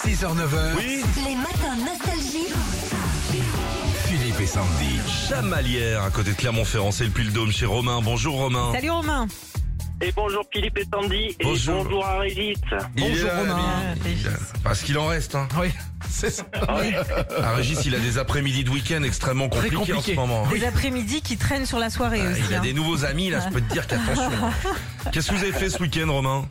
6h-9h, Oui, Les matins nostalgie. Philippe et Sandy. Chamalières, à côté de Clermont-Ferrand, c'est le Puy-le-Dôme chez Romain. Bonjour Romain. Salut Romain. Et bonjour Philippe et Sandy. Bonjour. Et bonjour à Régis. Il est Bonjour, là, Romain. l'ami. Parce qu'il en reste. Hein. Oui, c'est ça. Ah, Régis, il a des après-midi de week-end extrêmement compliqués en ce compliqué. moment. Des après-midi qui traînent sur la soirée aussi. Il a hein. des nouveaux amis, là, je peux te dire qu'attention. Qu'est-ce que vous avez fait ce week-end, Romain?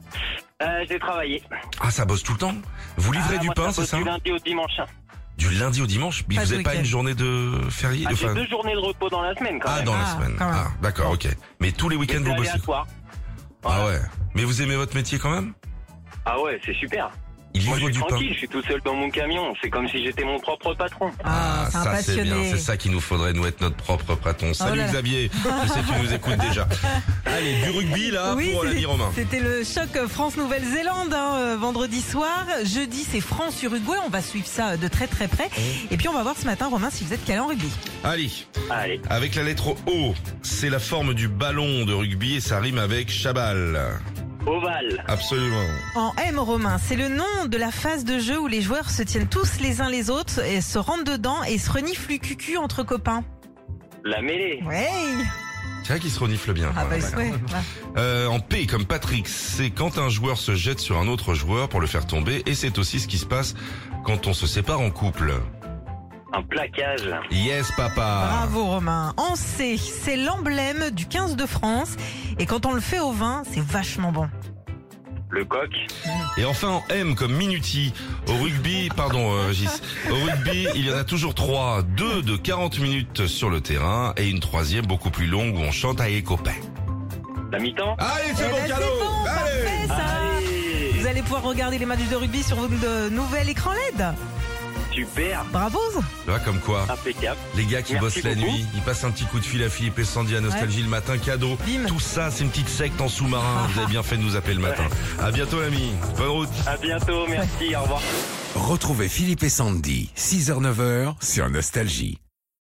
J'ai travaillé. Ah, ça bosse tout le temps? Vous livrez du moi, pain, ça c'est bosse ça? Du lundi au dimanche. Du lundi au dimanche? Mais Pas vous de n'avez pas week-end. une journée de férié? J'ai Enfin, 2 journées de repos dans la semaine quand ah, même. dans la Ah, semaine. quand même. Ah, d'accord, ok. Mais tous les Mais week-ends, c'est vous bossez? aléatoire. Ah ouais. Mais vous aimez votre métier quand même? Ah ouais, c'est super. Il Moi je livre suis du pain. tranquille, je suis tout seul dans mon camion. C'est comme si j'étais mon propre patron. Ah, c'est un ça c'est bien, passionné. c'est ça qu'il nous faudrait, nous être notre propre patron. Salut là là. Xavier, je sais que tu nous écoutes déjà. Allez, du rugby là Oui, pour l'ami Romain. c'était le choc France-Nouvelle-Zélande vendredi soir. Jeudi, c'est France-Uruguay. On va suivre ça de très très près. Et puis on va voir ce matin, Romain, si vous êtes calé en rugby. Allez, Allez. avec la lettre O, c'est la forme du ballon de rugby et ça rime avec Chabal. Ovale. Absolument. En M, Romain, c'est le nom de la phase de jeu où les joueurs se tiennent tous les uns les autres et se rentrent dedans et se reniflent le cucu entre copains. La mêlée. Ouais. C'est vrai qu'il se renifle bien. Ah quand bah même. ouais. En P comme Patrick, c'est quand un joueur se jette sur un autre joueur pour le faire tomber et c'est aussi ce qui se passe quand on se sépare en couple. Un plaquage. Yes papa. Bravo Romain. En C, c'est l'emblème du 15 de France et quand on le fait au vin, c'est vachement bon. Le coq. Et enfin en M comme Minuti, au rugby, Régis, au rugby il y en a toujours 3, 2 de 40 minutes sur le terrain et une troisième beaucoup plus longue où on chante avec les copains. La mi-temps. Allez, c'est Eh bon ben, cadeau. c'est bon, parfait, ça. Allez. Vous allez pouvoir regarder les matchs de rugby sur votre nouvel écran LED. Super. Bravo. Là comme quoi, Impeccable. les gars qui Merci bossent la beaucoup. nuit, ils passent un petit coup de fil à Philippe et Sandy à Nostalgie le matin, cadeau. Bim. Tout ça c'est une petite secte en sous-marin, vous avez bien fait de nous appeler le matin. À bientôt l'ami, bonne route. À bientôt. Merci. Au revoir. Retrouvez Philippe et Sandy, 6h-9h sur Nostalgie.